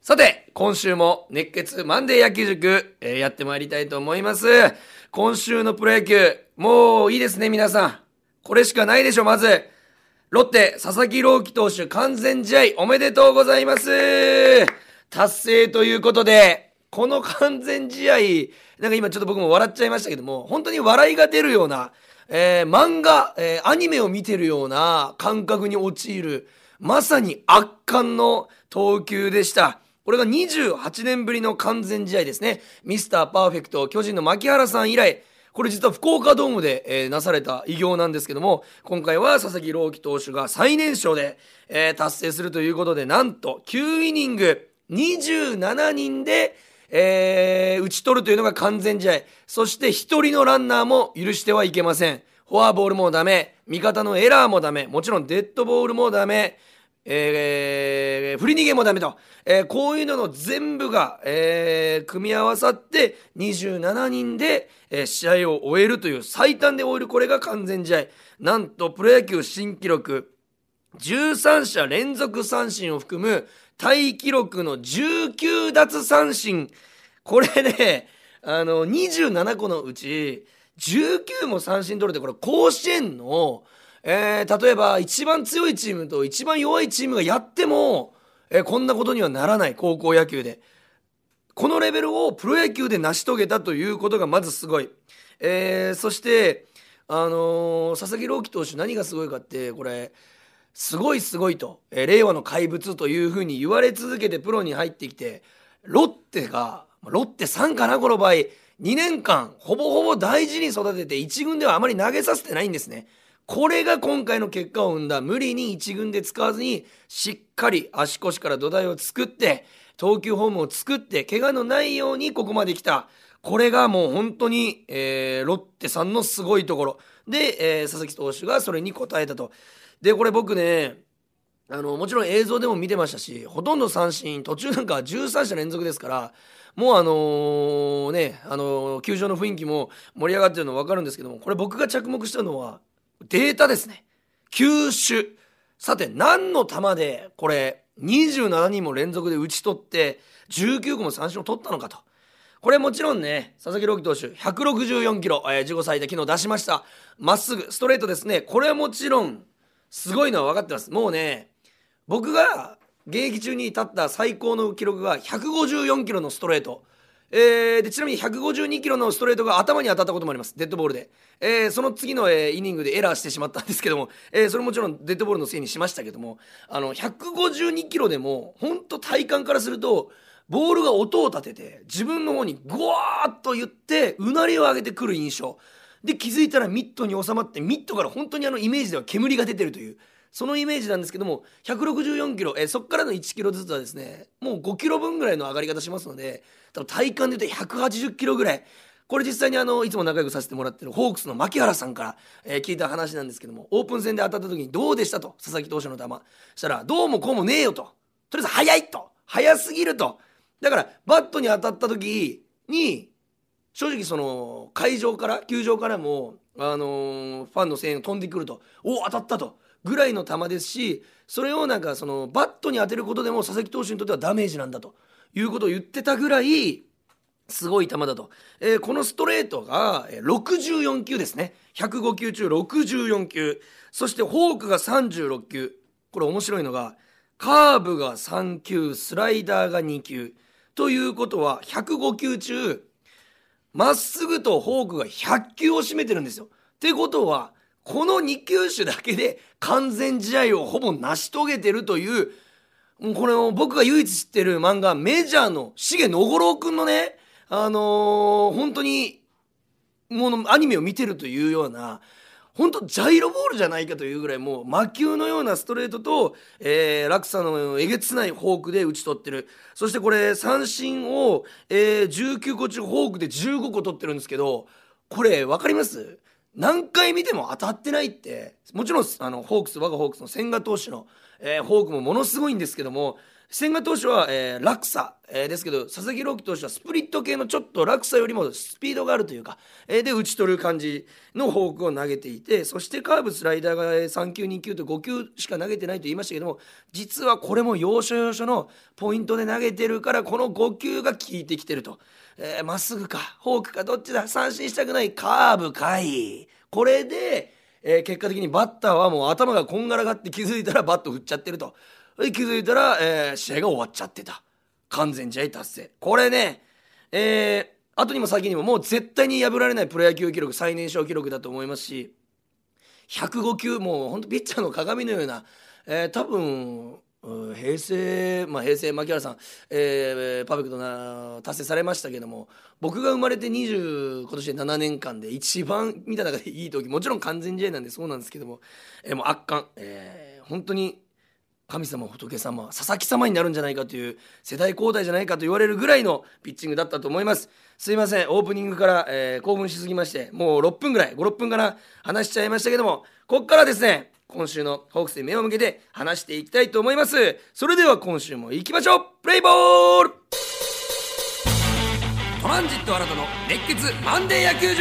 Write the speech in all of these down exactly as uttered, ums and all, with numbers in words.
さて、今週も熱血マンデー野球塾、えーやってまいりたいと思います。今週のプロ野球、もういいですね、皆さん。これしかないでしょ、まず。ロッテ、佐々木朗希投手完全試合おめでとうございます。達成ということで、この完全試合、なんか今ちょっと僕も笑っちゃいましたけども、本当に笑いが出るような、えー漫画、えーアニメを見てるような感覚に陥る、まさに圧巻の投球でした。これがにじゅうはちねんぶりの完全試合ですね。ミスターパーフェクト巨人の牧原さん以来、これ実は福岡ドームで、えーなされた偉業なんですけども、今回は佐々木朗希投手が最年少で、えー達成するということで、なんときゅうイニングにじゅうななにんで、えー打ち取るというのが完全試合。そしてひとりのランナーも許してはいけません。フォアボールもダメ、味方のエラーもダメ、もちろんデッドボールもダメ、えー振り逃げもダメと、えーこういうのの全部が、えー組み合わさってにじゅうななにんで、えー試合を終えるという最短で終える、これが完全試合。なんとプロ野球新記録じゅうさんしゃ連続三振を含むタイ記録のじゅうきゅうだつさんしん。これね、あのにじゅうななこのうちじゅうきゅうも三振取れて、これ甲子園の、えー例えば一番強いチームと一番弱いチームがやっても、えーこんなことにはならない。高校野球でこのレベルをプロ野球で成し遂げたということがまずすごい。えーそしてあのー佐々木朗希投手、何がすごいかって、これすごいすごいと、えー令和の怪物というふうに言われ続けてプロに入ってきて、ロッテがロッテさんかな、この場合にねんかんほぼほぼ大事に育てていち軍ではあまり投げさせてないんですね。これが今回の結果を生んだ。無理にいち軍で使わずにしっかり足腰から土台を作って投球フォームを作って怪我のないようにここまで来た。これがもう本当に、えーロッテさんのすごいところで、えー佐々木投手がそれに応えたと。でこれ僕ね、あのもちろん映像でも見てましたし、ほとんど三振、途中なんかじゅうさんしゃ連続ですから、もうあのーね、あのー球場の雰囲気も盛り上がってるの分かるんですけども、これ僕が着目したのはデータですね。球種。さて何の球でこれにじゅうななにんも連続で打ち取ってじゅうきゅうこも三振を取ったのかと。これもちろんね、佐々木朗希投手ひゃくろくじゅうよんキロ、えー自己最多昨日出しました。まっすぐストレートですね。これはもちろんすごいのは分かってます。もうね、僕が現役中に立った最高の記録がひゃくごじゅうよんキロのストレート、えーでちなみにひゃくごじゅうにキロのストレートが頭に当たったこともあります。デッドボールで、えーその次の、えーイニングでエラーしてしまったんですけども、えーそれもちろんデッドボールのせいにしましたけども、あのひゃくごじゅうにキロでも本当体感からするとボールが音を立てて自分の方にゴワーッと言ってうなりを上げてくる印象で、気づいたらミットに収まって、ミットから本当にあのイメージでは煙が出てるという、そのイメージなんですけども、ひゃくろくじゅうよんキロ、えーそこからのいちキロずつはですね、もうごキロぶんぐらいの上がり方しますので、多分体感で言うとひゃくはちじゅっキロぐらい。これ実際にあのいつも仲良くさせてもらってるホークスの牧原さんから、えー聞いた話なんですけども、オープン戦で当たった時にどうでしたと、佐々木投手の球したら、どうもこうもねえよと、とりあえず速いと、速すぎると。だからバットに当たった時に正直その会場から球場からも、あのーファンの声援が飛んでくると、お当たったとぐらいの球ですし、それをなんかそのバットに当てることでも佐々木投手にとってはダメージなんだということを言ってたぐらいすごい球だと、えーこのストレートがえーろくじゅうよんきゅうですね。ひゃくごきゅう中ろくじゅうよんきゅう、そしてフォークがさんじゅうろっきゅう。これ面白いのがカーブがさんきゅう、スライダーがにきゅうということはひゃくごきゅう中まっすぐとフォークがひゃっきゅうを占めてるんですよ。ってことはこのに球種だけで完全試合をほぼ成し遂げてるという、もうこれを僕が唯一知ってる漫画、メジャーの重野五郎くんのね、あのー本当にもうアニメを見てるというような、本当ジャイロボールじゃないかというぐらい、もう魔球のようなストレートと、えー落差のえげつないフォークで打ち取ってる。そしてこれ三振を、えーじゅうきゅうこ中フォークでじゅうごこ取ってるんですけど、これ分かります？何回見ても当たってないって。もちろんあのホークス我がホークスの千賀投手の、えーフォークもものすごいんですけども、 千賀投手は、えー落差、えーですけど佐々木朗希投手はスプリット系のちょっと落差よりもスピードがあるというか、えーで打ち取る感じのフォークを投げていて、そしてカーブスライダーがえーさんきゅうにきゅうとごきゅうしか投げてないと言いましたけども、実はこれも要所要所のポイントで投げてるからこのごきゅうが効いてきてると。えーまっすぐかフォークかどっちだ、三振したくないカーブかい、これで、えー結果的にバッターはもう頭がこんがらがって気づいたらバット振っちゃってると。で気づいたら、えー試合が終わっちゃってた。完全試合達成。これね、えー後にも先にももう絶対に破られないプロ野球記録、最年少記録だと思いますし、ひゃくごきゅう、もう本当ピッチャーの鏡のような、えー多分うん平成、まあ、平成牧原さん、えーパーフェクトな達成されましたけども、僕が生まれてにじゅう今年でななねんかんで一番見た中でいい時、もちろん完全試合なんでそうなんですけども、えーもう圧巻、えー本当に神様仏様佐々木様になるんじゃないかという、世代交代じゃないかと言われるぐらいのピッチングだったと思います。すいません、オープニングから、えー興奮しすぎまして、もうろっぷんぐらいご、ろっぷんから話しちゃいましたけども、ここからですね、今週のホークスに目を向けて話していきたいと思います。それでは今週も行きましょう。プレイボールトランジット新たの熱血マンデー野球塾。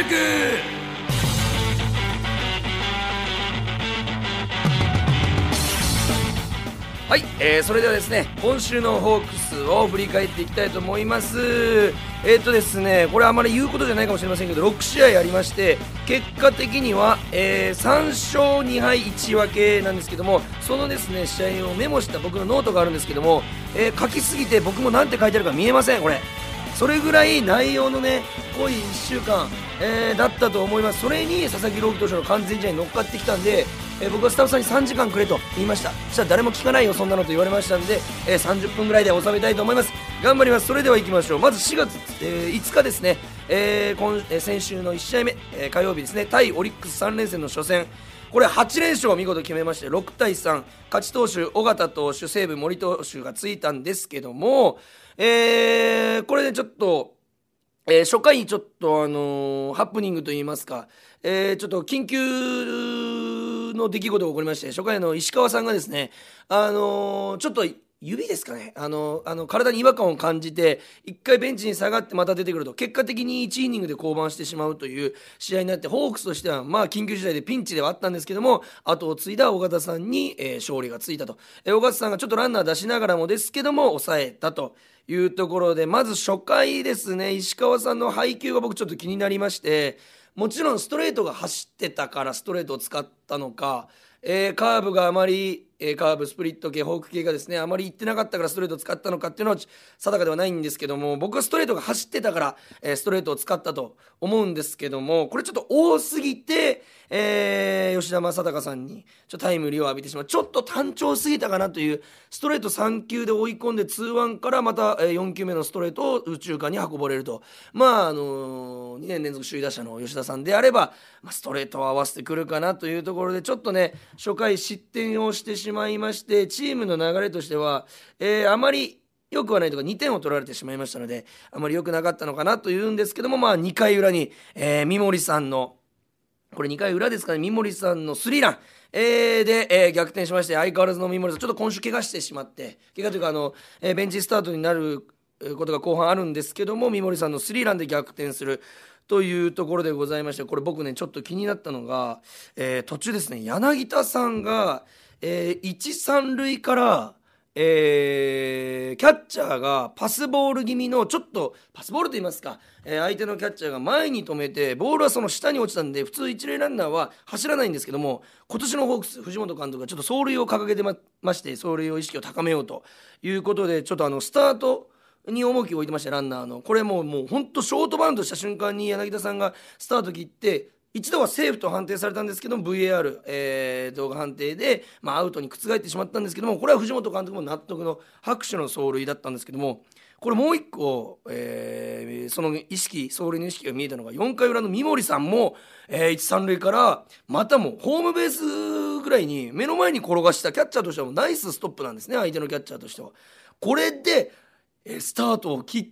はい、えー、それではですね、今週のホークスを振り返っていきたいと思います。えー、っとですね、これあまり言うことじゃないかもしれませんけど、ろくしあいありまして、結果的には、えー、さんしょうにはいいち分けなんですけども、そのですね試合をメモした僕のノートがあるんですけども、えー書きすぎて僕も何て書いてあるか見えません。これそれぐらい内容のね濃いいっしゅうかん、えーだったと思います。それに佐々木朗希投手の完全試合に乗っかってきたんで、えー僕はスタッフさんにさんじかんくれと言いました。そしたら誰も聞かないよそんなのと言われましたんで、えーさんじゅっぷんぐらいで収めたいと思います。頑張ります。それでは行きましょう。まずしがつ、えーいつかですね、えー今えー先週のいちしあいめ、えー火曜日ですね、対オリックスさんれんせんの初戦、これはちれんしょうを見事決めましてろくたいさん、勝ち投手尾形投手、西武森投手がついたんですけども、えーこれでちょっとえー初回にちょっとあのーハプニングといいますか、えーちょっと緊急の出来事が起こりまして、初回の石川さんがですね、あのーちょっと指ですかね、あのあの体に違和感を感じて一回ベンチに下がってまた出てくると、結果的にいちイニングで降板してしまうという試合になって、ホークスとしてはまあ緊急事態でピンチではあったんですけども、後を継いだ尾形さんに、えー勝利がついたと、えー尾形さんがちょっとランナー出しながらもですけども抑えたというところで、まず初回ですね、石川さんの配球が僕ちょっと気になりまして、もちろんストレートが走ってたからストレートを使ったのか、えーカーブがあまり、えーカーブスプリット系フォーク系がですねあまりいってなかったからストレートを使ったのかっていうのは定かではないんですけども、僕はストレートが走ってたから、えーストレートを使ったと思うんですけども、これちょっと多すぎて、えー吉田正尚さんにちょっとタイムリーを浴びてしまう、ちょっと単調すぎたかなという、ストレートさんきゅうで追い込んでツーワンからまた、えーよんきゅうめのストレートを右中間に運ばれると、まああのーにねん連続首位打者の吉田さんであれば、まあ、ストレートを合わせてくるかなというところで、ちょっとね初回失点をしてしまいまして、チームの流れとしては、えーあまり良くはないとかにてんを取られてしまいましたので、あまり良くなかったのかなというんですけども、まあにかい裏に、えー三森さんのこれにかい裏ですかね、三森さんのスリーラン、えーで、えー逆転しまして、相変わらずの三森さんちょっと今週怪我してしまって、怪我というかあの、えーベンチスタートになるえーことが後半あるんですけども、三森さんのスリーランで逆転するというところでございまして、これ僕ねちょっと気になったのが、えー途中ですね、柳田さんが、えー、いち、さん塁から、えーキャッチャーがパスボール気味の、ちょっとパスボールと言いますか、えー相手のキャッチャーが前に止めてボールはその下に落ちたんで、普通一塁ランナーは走らないんですけども、今年のホークス藤本監督がちょっと走塁を掲げてままして、走塁を意識を高めようということで、ちょっとあのスタートに重きを置いてました、ランナーの。これもうもう本当ショートバウンドした瞬間に柳田さんがスタート切って、一度はセーフと判定されたんですけども ブイエーアール、えー動画判定で、まあ、アウトに覆ってしまったんですけども、これは藤本監督も納得の拍手の走塁だったんですけども、これもう一個、えーその意識走塁の意識が見えたのがよんかい裏の三森さんも、えー、いち、さん塁からまたもホームベースぐらいに目の前に転がした、キャッチャーとしてはもうナイスストップなんですね、相手のキャッチャーとしては。これで、えースタートを切って、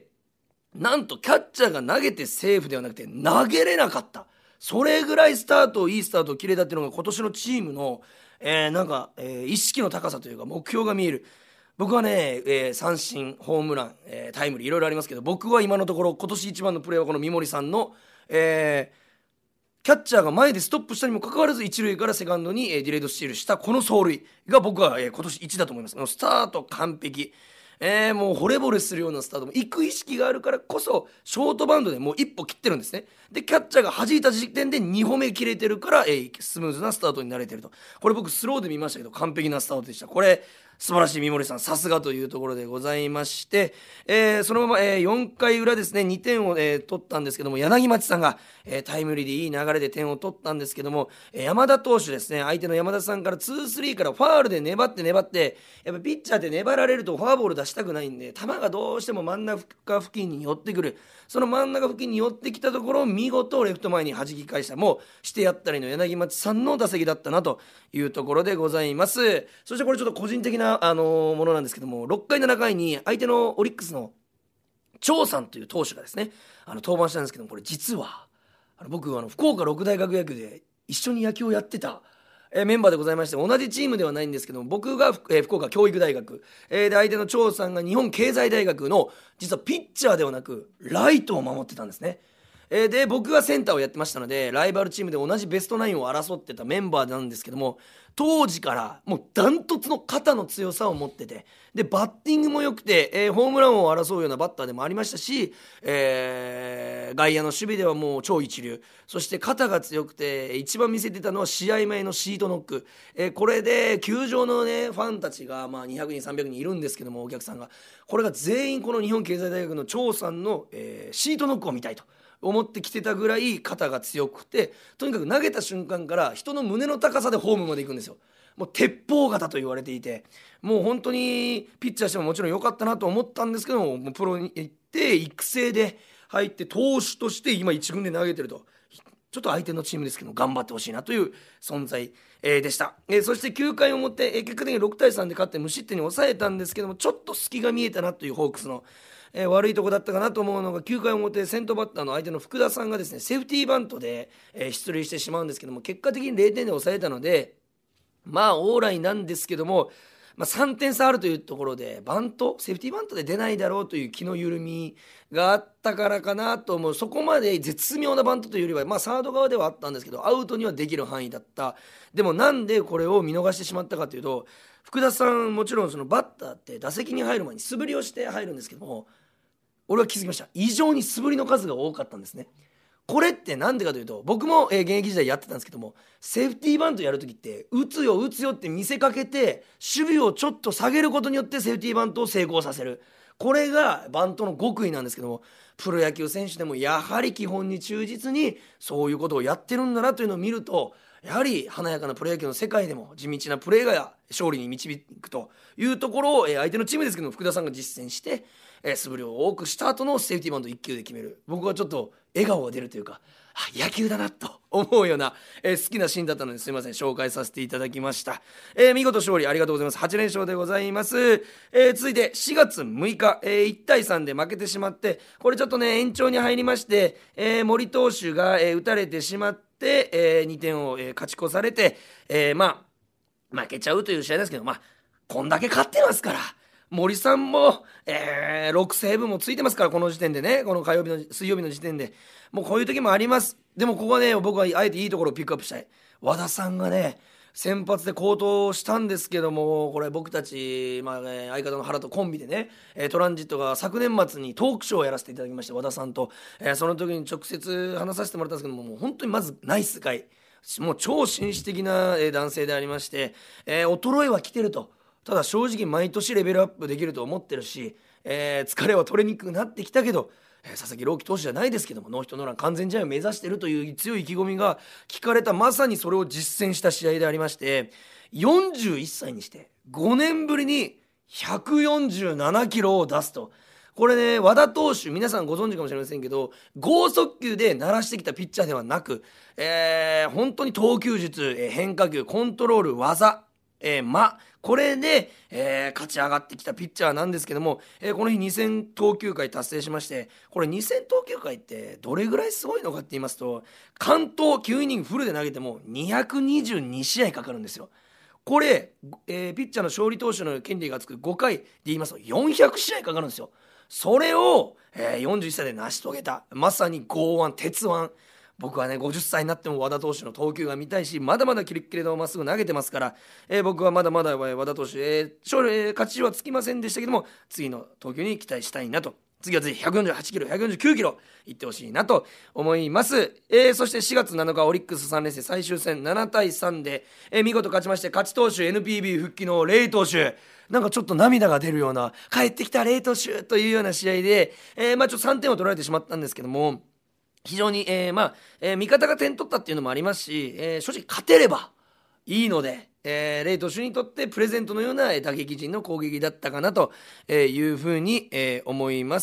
なんとキャッチャーが投げてセーフではなくて投げれなかった、それぐらいスタートをいいスタートを切れたっていうのが今年のチームの、えーなんか、えー意識の高さというか目標が見える。 僕はね、えー三振、ホームラン、えータイムリーいろいろありますけど、僕は今のところ今年一番のプレーはこの三森さんの、えーキャッチャーが前でストップしたにもかかわらず一塁からセカンドに、えーディレードスチールしたこの走塁が僕は、えー今年一だと思います。スタート完璧、えーもう惚れ惚れするようなスタートも行く意識があるからこそショートバウンドでもう一歩切ってるんですね。でキャッチャーが弾いた時点でに歩目切れてるから、えースムーズなスタートになれてると。これ僕スローで見ましたけど完璧なスタートでした。これ素晴らしい三森さん、さすがというところでございまして、えーそのまま、えーよんかい裏ですね、にてんを、えー取ったんですけども、柳町さんが、えータイムリーでいい流れで点を取ったんですけども、えー山田投手ですね、相手の山田さんからツースリーからファールで粘って粘って、やっぱピッチャーって粘られるとフォアボール出したくないんで、球がどうしても真ん中付近に寄ってくる。その真ん中付近に寄ってきたところを見事レフト前に弾き返した、もうしてやったりの柳町さんの打席だったなというところでございます。そしてこれちょっと個人的な、あのーものなんですけども、ろっかいななかいに相手のオリックスの張さんという投手がですね、あの登板したんですけども、これ実はあの僕あの福岡六大学野球で一緒に野球をやってた、えーメンバーでございまして、同じチームではないんですけども、僕が、えー福岡教育大学、えーで相手の張さんが日本経済大学の実はピッチャーではなくライトを守ってたんですね。えーで僕がセンターをやってましたので、ライバルチームで同じベストナインを争ってたメンバーなんですけども、当時からもうダントツの肩の強さを持ってて、でバッティングも良くて、えーホームランを争うようなバッターでもありましたし、えー外野の守備ではもう超一流、そして肩が強くて一番見せてたのは試合前のシートノック、えーこれで球場のねファンたちがまあにひゃくにんさんびゃくにんいるんですけども、お客さんがこれが全員この日本経済大学の張さんの、えーシートノックを見たいと思ってきてたぐらい肩が強くて、とにかく投げた瞬間から人の胸の高さでホームまで行くんですよ。もう鉄砲型と言われていて、もう本当にピッチャーしてももちろん良かったなと思ったんですけども、もうプロに行って育成で入って投手として今一軍で投げてると。ちょっと相手のチームですけど頑張ってほしいなという存在、えーでした、えーそしてきゅうかい表、えー結果的にろくたいさんで勝って無失点に抑えたんですけども、ちょっと隙が見えたなというホークスの、えー悪いとこだったかなと思うのが、きゅうかい表先頭バッターの相手の福田さんがですねセーフティーバントで、えー出塁してしまうんですけども、結果的にれいてんで抑えたのでまあオーライなんですけども、まあ、さんてん差あるというところでバントセーフティーバントで出ないだろうという気の緩みがあったからかなと思う。そこまで絶妙なバントというよりは、まあ、サード側ではあったんですけどアウトにはできる範囲だった。でもなんでこれを見逃してしまったかというと、福田さんもちろんそのバッターって打席に入る前に素振りをして入るんですけども、俺は気づきました。異常に素振りの数が多かったんですね。これってなんでかというと、僕も、えー現役時代やってたんですけども、セーフティーバントやるときって打つよ打つよって見せかけて守備をちょっと下げることによってセーフティーバントを成功させる、これがバントの極意なんですけども、プロ野球選手でもやはり基本に忠実にそういうことをやってるんだなというのを見ると、やはり華やかなプロ野球の世界でも地道なプレーが勝利に導くというところを、えー相手のチームですけども福田さんが実践して、えー素振りを多くした後のセーフティーバントいっきゅうで決める。僕はちょっと笑顔が出るというか、あ野球だなと思うような、えー好きなシーンだったので、すいません紹介させていただきました、えー見事勝利ありがとうございます。はちれんしょうでございます、えー続いてしがつむいか、えーいちたいさんで負けてしまって、これちょっとね延長に入りまして、えー森投手が、えー打たれてしまって、えーにてんを、えー勝ち越されて、えーまあ負けちゃうという試合ですけど、まあこんだけ勝ってますから森さんも、えーろくセーブもついてますから、この時点でね、この火曜日の水曜日の時点でもうこういう時もあります。でもここはね僕はあえていいところをピックアップしたい。和田さんがね先発で好投したんですけども、これ僕たち、まあね、相方の原とコンビでね、えートランジットが昨年末にトークショーをやらせていただきまして、和田さんと、えーその時に直接話させてもらったんですけども、もう本当にまずナイスガイ、もう超紳士的な、えー男性でありまして、えー衰えは来てると。ただ正直毎年レベルアップできると思ってるし、えー疲れは取れにくくなってきたけど、えー佐々木朗希投手じゃないですけどもノーヒットノーラン完全試合を目指しているという強い意気込みが聞かれた、まさにそれを実践した試合でありまして、よんじゅういっさいにしてごねんぶりにひゃくよんじゅうななキロを出すと。これね和田投手皆さんご存知かもしれませんけど、剛速球で鳴らしてきたピッチャーではなく、えー本当に投球術、えー変化球コントロール技、えー、まこれで、えー勝ち上がってきたピッチャーなんですけども、えーこの日にせん投球回達成しまして、これにせん投球回ってどれぐらいすごいのかって言いますと、完投きゅうイニングフルで投げてもにひゃくにじゅうにしあいかかるんですよ。 これ、えーピッチャーの勝利投手の権利がつくごかいで言いますとよんひゃくしあいかかるんですよ。それを、えーよんじゅっさいで成し遂げた、まさに剛腕鉄腕。僕はねごじゅっさいになっても和田投手の投球が見たいし、まだまだキレッキレのまっすぐ投げてますから、えー僕はまだまだえー和田投手、えー勝利えー勝ちはつきませんでしたけども、次の投球に期待したいなと。次はぜひひゃくよんじゅうはちキロひゃくよんじゅうきゅうキロいってほしいなと思います。えーそしてしがつなのかオリックスさんれんせん最終戦ななたいさんで、えー見事勝ちまして、勝ち投手 エヌピービー 復帰のレイ投手、なんかちょっと涙が出るような、帰ってきたレイ投手というような試合で、えーまあちょっとさんてんを取られてしまったんですけども、非常に、えーまあえー味方が点取ったっていうのもありますし、えー正直勝てればいいので、えーレイ投手にとってプレゼントのようなえー打撃陣の攻撃だったかなというふうに、えー思います。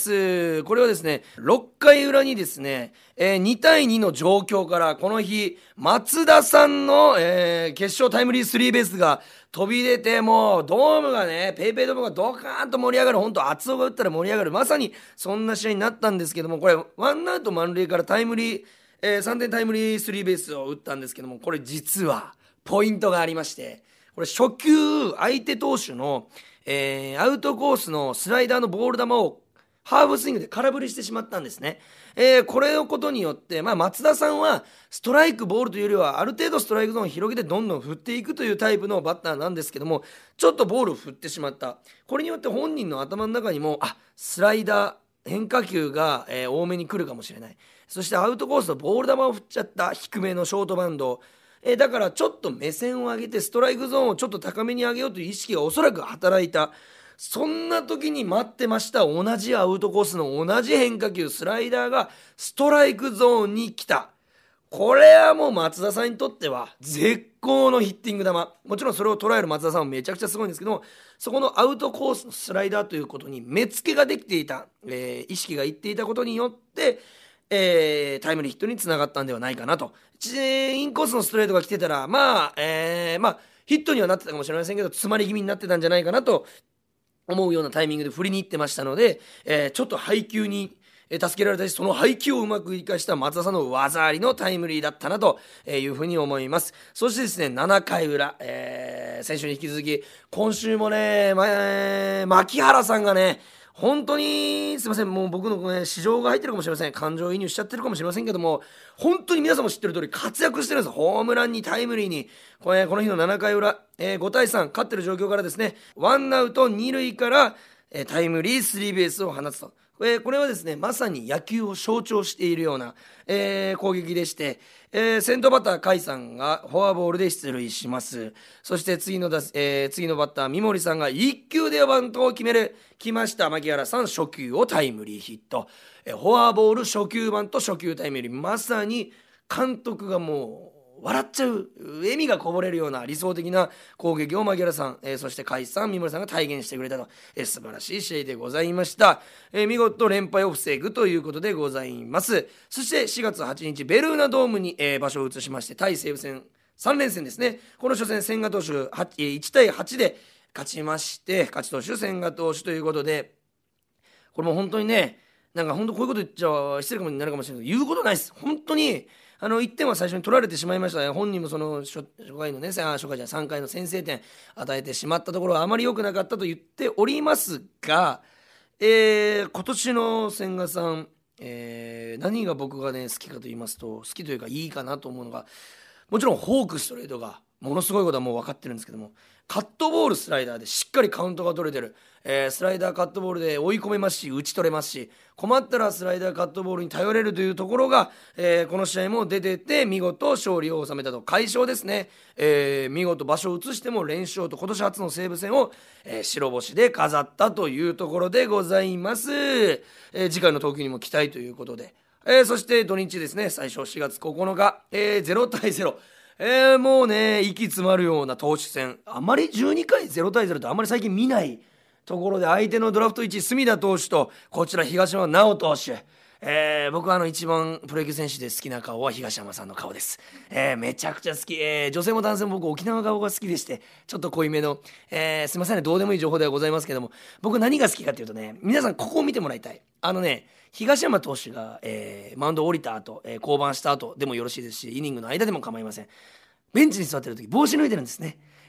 これはですね、ろっかいうらにですね、えーにたいにの状況から、この日松田さんの、えー決勝タイムリースリーベースが飛び出て、もうドームがね、ペイペイドームがドカーンと盛り上がる、本当熱男が打ったら盛り上がる、まさにそんな試合になったんですけども、これワンアウト満塁からタイムリー、えーさんてんタイムリースリーベースを打ったんですけども、これ実はポイントがありまして、これ初球相手投手の、えーアウトコースのスライダーのボール球をハーフスイングで空振りしてしまったんですね。えーこれのことによって、まあ、松田さんはストライクボールというよりはある程度ストライクゾーンを広げてどんどん振っていくというタイプのバッターなんですけども、ちょっとボールを振ってしまった。これによって本人の頭の中にも、あ、スライダー変化球が、えー多めに来るかもしれない、そしてアウトコースのボール球を振っちゃった、低めのショートバウンド、えーだからちょっと目線を上げてストライクゾーンをちょっと高めに上げようという意識がおそらく働いた。そんな時に待ってました、同じアウトコースの同じ変化球スライダーがストライクゾーンに来た。これはもう松田さんにとっては絶好のヒッティング球。もちろんそれを捉える松田さんもめちゃくちゃすごいんですけども、そこのアウトコースのスライダーということに目付けができていた、えー意識がいっていたことによって、えータイムリーヒットにつながったんではないかなと。ちインコースのストレートが来てたら、まあ、えーまあヒットにはなってたかもしれませんけど、詰まり気味になってたんじゃないかなと思うようなタイミングで振りに行ってましたので、えーちょっと配球にえー助けられたし、その配球をうまく生かした松田さんの技ありのタイムリーだったなというふうに思います。そしてですね、ななかいうら、えー先週に引き続き今週もね、まえー牧原さんがね、本当にすいません、もう僕の、ね、市場が入ってるかもしれません、感情移入しちゃってるかもしれませんけども、本当に皆さんも知ってる通り活躍してるんです。ホームランにタイムリーに、これこの日のななかいうら、えーごたいさん勝ってる状況からですね、ワンアウトに塁から、えータイムリースリーベースを放つと、えーこれはですね、まさに野球を象徴しているような、えー攻撃でして、えー先頭バッター甲斐さんがフォアボールで出塁します。そして次の打、えー次のバッター三森さんがいっきゅうでバントを決める、来ました牧原さん初球をタイムリーヒット、えーフォアボール初球バント初球タイムリー、まさに監督がもう笑っちゃう、笑みがこぼれるような理想的な攻撃を牧原さん、えーそして甲斐さん三森さんが体現してくれたと、えー素晴らしい試合でございました、えー見事連敗を防ぐということでございます。そしてしがつはちにちベルーナドームに、えー場所を移しまして、対西武戦さんれんせんですね。この初戦千賀投手いちたいはちで勝ちまして、勝ち投手千賀投手ということで、これも本当にね、なんか本当こういうこと言っちゃ失礼になるかもしれないけど、言うことないです。本当にあのいってんは最初に取られてしまいましたね。本人もその初初回のね、あ初回じゃさんかいの先制点与えてしまったところはあまり良くなかったと言っておりますが、えー今年の千賀さん、えー何が僕がね好きかと言いますと、好きというかいいかなと思うのが、もちろんフォークストレートがものすごいことはもう分かってるんですけども、カットボールスライダーでしっかりカウントが取れてる、えースライダーカットボールで追い込めますし打ち取れますし、困ったらスライダーカットボールに頼れるというところが、えーこの試合も出てて見事勝利を収めたと。快勝ですね、えー見事場所を移しても連勝と今年初の西武戦を、えー白星で飾ったというところでございます、えー次回の投球にも期待ということで、えーそして土日ですね、最初しがつここのか、えーゼロたいゼロ、えーもうね息詰まるような投手戦、あまりじゅうにかいゼロたいゼロってあんまり最近見ないところで、相手のドラフトいちい隅田投手とこちら東山直投手、えー僕はあの一番プロ野球選手で好きな顔は東山さんの顔です、えーめちゃくちゃ好き、えー女性も男性も僕沖縄顔が好きでして、ちょっと濃いめの、えーすいませんね、どうでもいい情報ではございますけども、僕何が好きかというとね、皆さんここを見てもらいたい。あのね、東山投手が、えーマウンドを降りた後、えー降板した後でもよろしいですし、イニングの間でも構いません。ベンチに座ってる時帽子脱いでるんですね。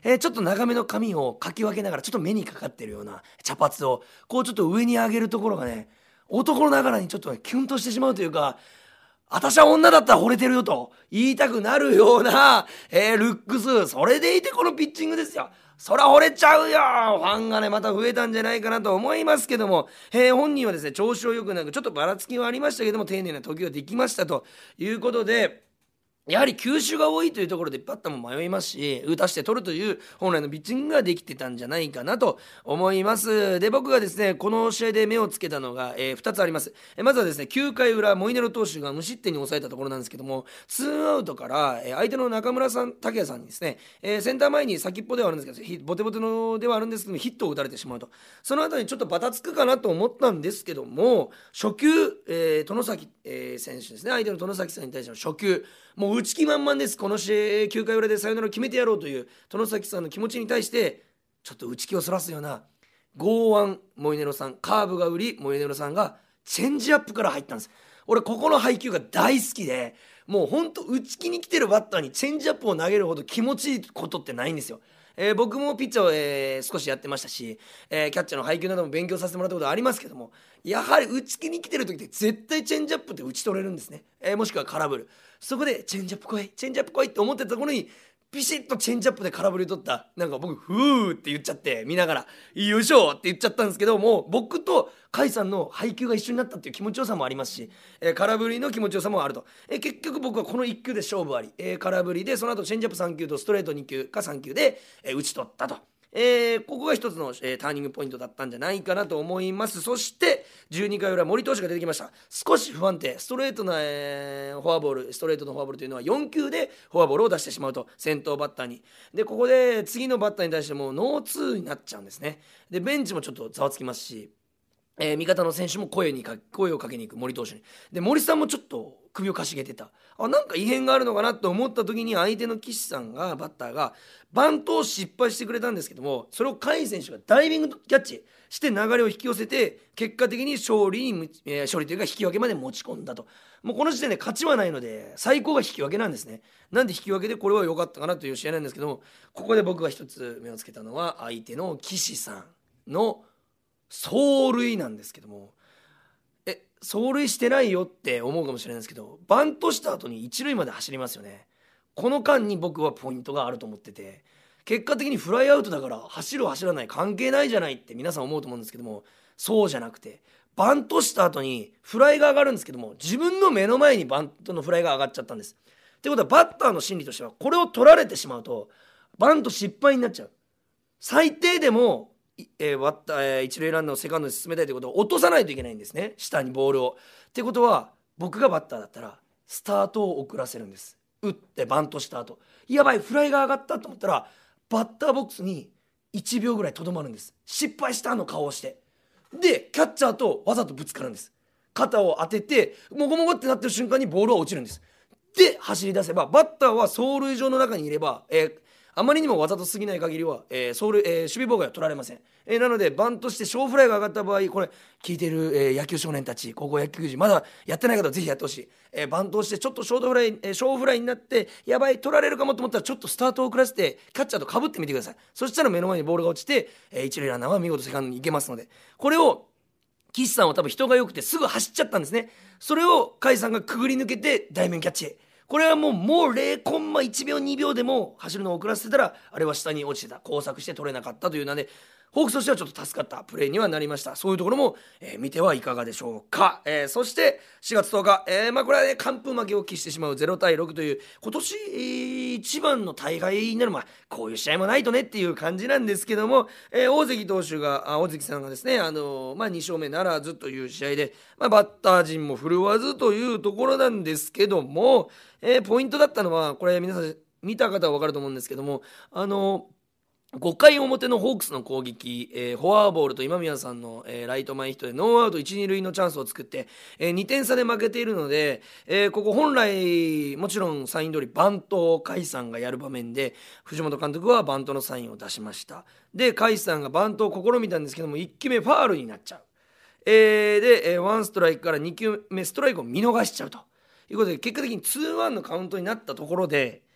えー、ちょっと長めの髪をかき分けながらちょっと目にかかってるような茶髪をこうちょっと上に上げるところがね、男ながらにちょっとねキュンとしてしまうというか、私は女だったら惚れてるよと言いたくなるような、えー、ルックス、それでいてこのピッチングですよ。そら惚れちゃうよ。ファンがねまた増えたんじゃないかなと思いますけども、えー、本人はですね調子をよくなくちょっとばらつきはありましたけども、丁寧な投球ができましたということで、やはり球種が多いというところでバッターも迷いますし、打たして取るという本来のピッチングができてたんじゃないかなと思います。で、僕がですねこの試合で目をつけたのが、えー、ふたつあります。えー、まずはですねきゅうかい裏モイネロ投手が無失点に抑えたところなんですけども、ツーアウトから、えー、相手の中村さん拓也さんにですね、えー、センター前に先っぽではあるんですけどボテボテのではあるんですけどもヒットを打たれてしまうと。その後にちょっとバタつくかなと思ったんですけども、初球、えー、外崎、えー、選手ですね、相手の外崎さんに対しての初球、もう打ち気満々です。この試合きゅうかい裏でサヨナラを決めてやろうという外崎さんの気持ちに対してちょっと打ち気をそらすような剛腕モイネロさん、カーブが売りモイネロさんがチェンジアップから入ったんです。俺ここの配球が大好きで、もうほんと打ち気に来てるバッターにチェンジアップを投げるほど気持ちいいことってないんですよ。えー、僕もピッチャーを、えー、少しやってましたし、えー、キャッチャーの配球なども勉強させてもらったことありますけども、やはり打ち気に来てる時って絶対チェンジアップって打ち取れるんですね、えー、もしくは空振る。そこでチェンジアップ来いチェンジアップ来いって思ってたところにピシッとチェンジアップで空振り取った。なんか僕フーって言っちゃって見ながらよいしょって言っちゃったんですけども、僕と甲斐さんの配球が一緒になったっていう気持ちよさもありますし、えー、空振りの気持ちよさもあると、えー、結局僕はこのいっ球で勝負あり、えー、空振りでその後チェンジアップさん球とストレートに球かさん球で、えー、打ち取ったと。えー、ここが一つの、えー、ターニングポイントだったんじゃないかなと思います。そしてじゅうにかい裏森投手が出てきました。少し不安定、ストレートな、えー、フォアボールストレートのフォアボールというのはよん球でフォアボールを出してしまうと、先頭バッターに。でここで次のバッターに対してもノーツーになっちゃうんですね。でベンチもちょっとざわつきますし、えー、味方の選手も声にか声をかけに行く森投手に。で森さんもちょっと首をかしげてた。あ、なんか異変があるのかなと思った時に相手の岸さんがバッターがバントを失敗してくれたんですけども、それを甲斐選手がダイビングキャッチして流れを引き寄せて結果的に勝利に、えー、勝利というか引き分けまで持ち込んだと。もうこの時点で勝ちはないので最高が引き分けなんですね。なんで引き分けでこれは良かったかなという試合なんですけども、ここで僕が一つ目をつけたのは相手の岸さんの走塁なんですけども、え走塁してないよって思うかもしれないんですけど、バントした後に一塁まで走りますよね。この間に僕はポイントがあると思ってて、結果的にフライアウトだから走る走らない関係ないじゃないって皆さん思うと思うんですけども、そうじゃなくてバントした後にフライが上がるんですけども、自分の目の前にバントのフライが上がっちゃったんです。ってことはバッターの心理としてはこれを取られてしまうとバント失敗になっちゃう。最低でもえー、バッター、えー、一塁ランナーをセカンドに進めたいということを落とさないといけないんですね、下にボールを。ってことは僕がバッターだったらスタートを遅らせるんです。打ってバントした後、やばいフライが上がったと思ったらバッターボックスにいちびょうぐらいとどまるんです。失敗したの顔をして、でキャッチャーとわざとぶつかるんです。肩を当ててもごもごってなってる瞬間にボールは落ちるんです。で走り出せばバッターは走塁場の中にいれば、えーあまりにもわざとすぎない限りは、えー走塁えー守備妨害は取られません。えーなのでバントして小フライが上がった場合、これ聞いている、えー野球少年たち、高校野球児まだやってない方はぜひやってほしい、えーバントをしてちょっとショートフライ、えー小フライになってやばい取られるかもと思ったらちょっとスタートを遅らせてキャッチャーと被ってみてください。そしたら目の前にボールが落ちて、えー一塁ランナーは見事セカンドに行けますので、これを岸さんは多分人が良くてすぐ走っちゃったんですね。それを甲斐さんがくぐり抜けて大面キャッチ。これはもうもう ゼロコンマいちびょうにびょうでも走るのを遅らせてたらあれは下に落ちてた、交錯して取れなかったというので、ホークスとしてはちょっと助かったプレーにはなりました。そういうところも、えー見てはいかがでしょうか。えーそしてしがつとおか、えーまあこれはね完封負けを喫してしまうゼロたいろくという今年、えー一番の大敗になる、まあこういう試合もないとねっていう感じなんですけども、えー大関投手があ大関さんがですね、あのーまあに勝目ならずという試合で、まあ、バッター陣も振るわずというところなんですけども、えーポイントだったのはこれ皆さん見た方は分かると思うんですけども、あのーごかい表のホークスの攻撃、えーフォアボールと今宮さんの、えーライト前ヒットでノーアウトいち、に塁のチャンスを作って、えーにてん差で負けているので、えーここ本来もちろんサイン通りバントを甲斐さんがやる場面で藤本監督はバントのサインを出しました。で甲斐さんがバントを試みたんですけどもいっきゅうめファールになっちゃう、えーで、えーワンストライクからにきゅうめストライクを見逃しちゃうということで結果的にツーワンのカウントになったところで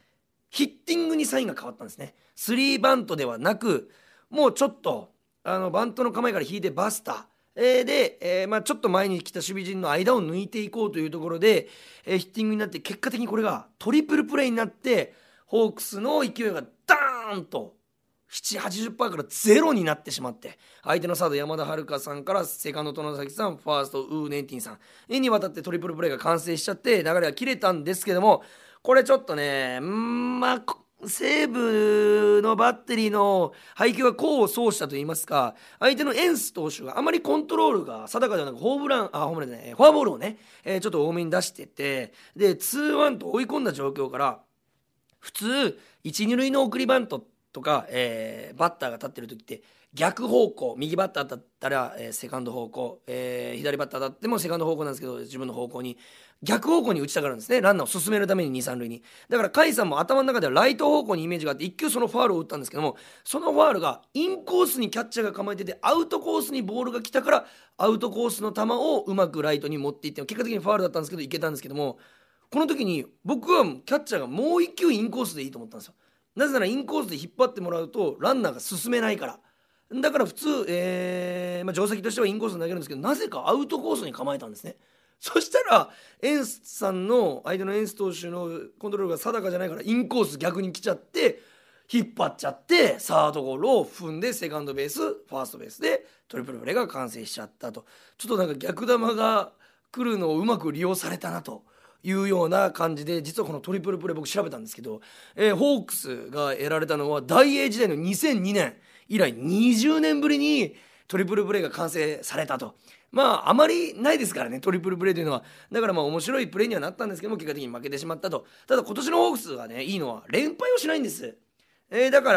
ヒッティングにサインが変わったんですね。スリーバントではなく、もうちょっとあのバントの構えから引いてバスター、えー、で、えーまあ、ちょっと前に来た守備陣の間を抜いていこうというところで、えーヒッティングになって、結果的にこれがトリプルプレーになって、ホークスの勢いがダーンとななじゅう、はちじゅっパーセント からゼロになってしまって、相手のサード山田遥さんからセカンド殿崎さん、ファーストウーネンティンさんにわたってトリプルプレーが完成しちゃって、流れが切れたんですけども、これちょっとね、んまあ西武のバッテリーの配球が功を奏したといいますか、相手のエンス投手があまりコントロールが定かではなく、ホームランあホームランでねフォアボールをね、えーちょっと多めに出してて、でツーワンと追い込んだ状況から、普通いち、に塁の送りバントとか、えーバッターが立ってる時って逆方向、右バッターだったら、えーセカンド方向、えー左バッターだってもセカンド方向なんですけど、自分の方向に逆方向に打ちたがるんですね、ランナーを進めるためにに、さん塁に。だから甲斐さんも頭の中ではライト方向にイメージがあって、一球そのファールを打ったんですけども、そのファールがインコースにキャッチャーが構えてて、アウトコースにボールが来たから、アウトコースの球をうまくライトに持っていって、結果的にファールだったんですけどいけたんですけども、この時に僕はキャッチャーがもう一球インコースでいいと思ったんですよ。なぜならインコースで引っ張ってもらうとランナーが進めないから。だから普通、えーまあ、定石としてはインコースに投げるんですけど、なぜかアウトコースに構えたんですね。そしたらエンスさんの相手のエンス投手のコントロールが定かじゃないから、インコース逆に来ちゃって引っ張っちゃって、サードゴロを踏んでセカンドベース、ファーストベースでトリプルプレーが完成しちゃったと。ちょっとなんか逆球が来るのをうまく利用されたなというような感じで、実はこのトリプルプレー僕調べたんですけど、えーホークスが得られたのは大英時代のにせんにねん以来にじゅうねんぶりにトリプルプレーが完成されたと。まああまりないですからね、トリプルプレーというのは。だからまあ面白いプレーにはなったんですけども、結果的に負けてしまったと。ただ今年のホークスがねいいのは連敗をしないんです。えーだから、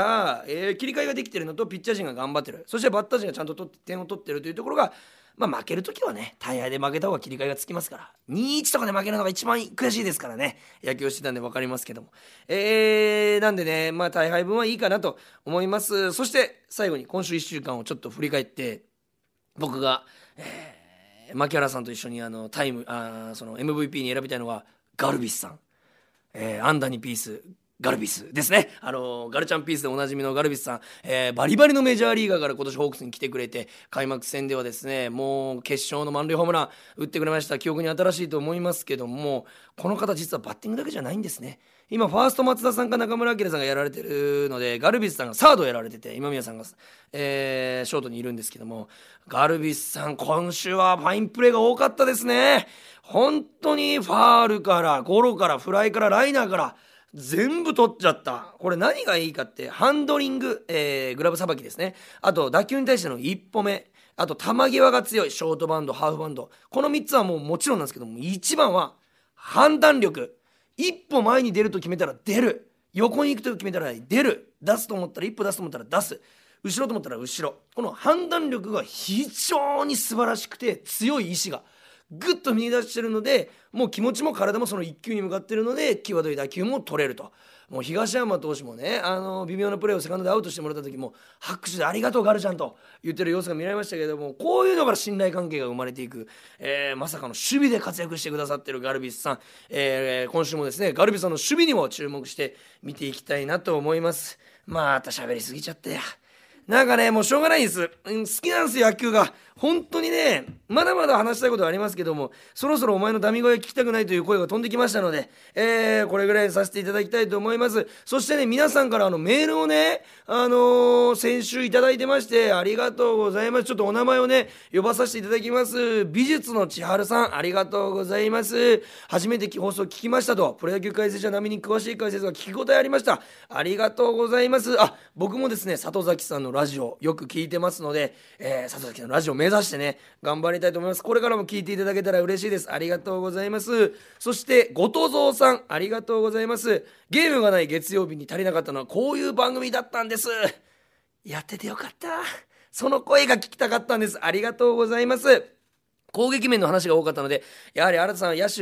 えー切り替えができてるのと、ピッチャー陣が頑張ってる、そしてバッター陣がちゃんと取って点を取ってるというところが、まあ負けるときはね、大敗で負けた方が切り替えがつきますから、にいちとかで負けるのが一番悔しいですからね。野球をしてたんで分かりますけども、えー、なんでね、まあ大敗分はいいかなと思います。そして最後に今週いっしゅうかんをちょっと振り返って、僕が、えー牧原さんと一緒にあのタイムあーその エムブイピー に選びたいのはガルビスさん、えーアンダにピースガルビスですね。あのーガルチャンピースでおなじみのガルビスさん、えーバリバリのメジャーリーガーから今年ホークスに来てくれて、開幕戦ではですね、もう決勝の満塁ホームラン打ってくれました。記憶に新しいと思いますけども、この方実はバッティングだけじゃないんですね。今ファースト松田さんか中村晃さんがやられてるので、ガルビスさんがサードをやられてて、今宮さんが、えーショートにいるんですけども、ガルビスさん今週はファインプレーが多かったですね。本当にファールからゴロからフライからライナーから全部取っちゃった。これ何がいいかって、ハンドリング、えーグラブさばきですね。あと打球に対しての一歩目、あと球際が強いショートバウンド、ハーフバウンド、このみっつはもうもちろんなんですけども、一番は判断力。一歩前に出ると決めたら出る、横に行くと決めたら出る、出すと思ったら一歩出すと思ったら出す、後ろと思ったら後ろ。この判断力が非常に素晴らしくて、強い意志がぐっと見出してるので、もう気持ちも体もその一球に向かってるので、際どい打球も取れると。もう東山投手もね、あの微妙なプレーをセカンドでアウトしてもらった時も拍手でありがとうガルちゃんと言ってる様子が見られましたけれども、こういうのから信頼関係が生まれていく、えーまさかの守備で活躍してくださってるガルビスさん、えー今週もですねガルビスさんの守備にも注目して見ていきたいなと思います。また喋りすぎちゃったや。なんかねもうしょうがないんです、うん、好きなんですよ野球が。本当にね、まだまだ話したいことはありますけども、そろそろお前のダミ声聞きたくないという声が飛んできましたので、えー、これぐらいにさせていただきたいと思います。そしてね、皆さんからあのメールをね、あのー先週いただいてまして、ありがとうございます。ちょっとお名前をね呼ばさせていただきます。美術の千春さん、ありがとうございます。初めて放送聞きましたと、プロ野球解説者並みに詳しい解説が聞き応えありました、ありがとうございます。あ、僕もですね里崎さんのラジオよく聞いてますので、えー、里崎さんのラジオ目指してね頑張りたいと思います。これからも聞いていただけたら嬉しいです。ありがとうございます。そして後藤蔵さん、ありがとうございます。ゲームがない月曜日に足りなかったのはこういう番組だったんです。やっててよかった、その声が聞きたかったんです。ありがとうございます。攻撃面の話が多かったので、やはり新田さんは野手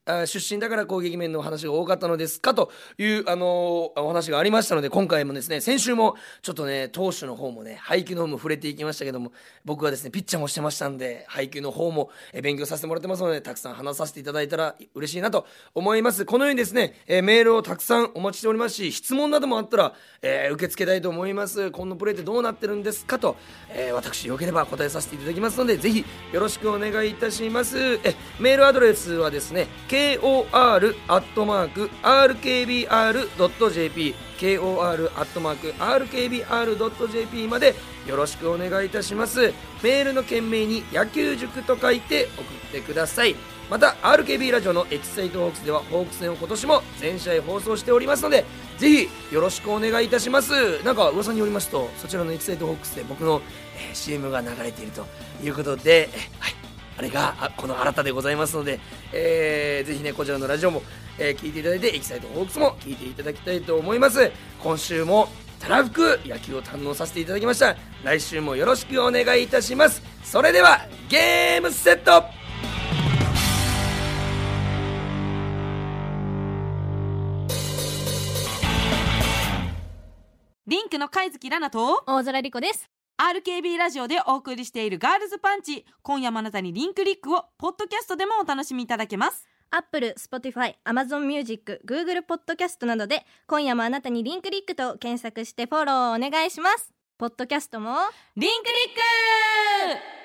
あ出身だから攻撃面の話が多かったのですかという、あのーお話がありましたので、今回もですね、先週もちょっとね投手の方もね配球の方も触れていきましたけども、僕はですねピッチャーもしてましたんで、配球の方もえ勉強させてもらってますので、たくさん話させていただいたら嬉しいなと思います。このようにですね、えーメールをたくさんお待ちしておりますし、質問などもあったら、えー受け付けたいと思います。このプレーってどうなってるんですかと、えー私よければ答えさせていただきますので、ぜひよろしくお願いいたします。えメールアドレスはですね ケーオーアール アットマーク アールケービーアール ドット ジェーピー ケーオーアール アットマーク アールケービーアール ドット ジェーピー までよろしくお願いいたします。メールの件名に野球塾と書いて送ってください。また アールケービー ラジオのエキサイトホークスではホークス戦を今年も全試合放送しておりますので、ぜひよろしくお願いいたします。なんか噂によりますと、そちらのエキサイトホークスで僕の、えー シーエム が流れているということで、えはい、あれがあこの新たでございますので、えーぜひねこちらのラジオも、えー聞いていただいて、エキサイトホークスも聞いていただきたいと思います。今週もたらふく野球を堪能させていただきました。来週もよろしくお願いいたします。それではゲームセット。 リンクの貝月ラナと大空莉子です。 アールケービー ラジオでお送りしているガールズパンチ、今夜もあなたにリンクリックをポッドキャストでもお楽しみいただけます。 Apple、Spotify、Amazon Music、Google ポッドキャストなどで今夜もあなたにリンクリックと検索してフォローお願いします。ポッドキャストもリンクリック。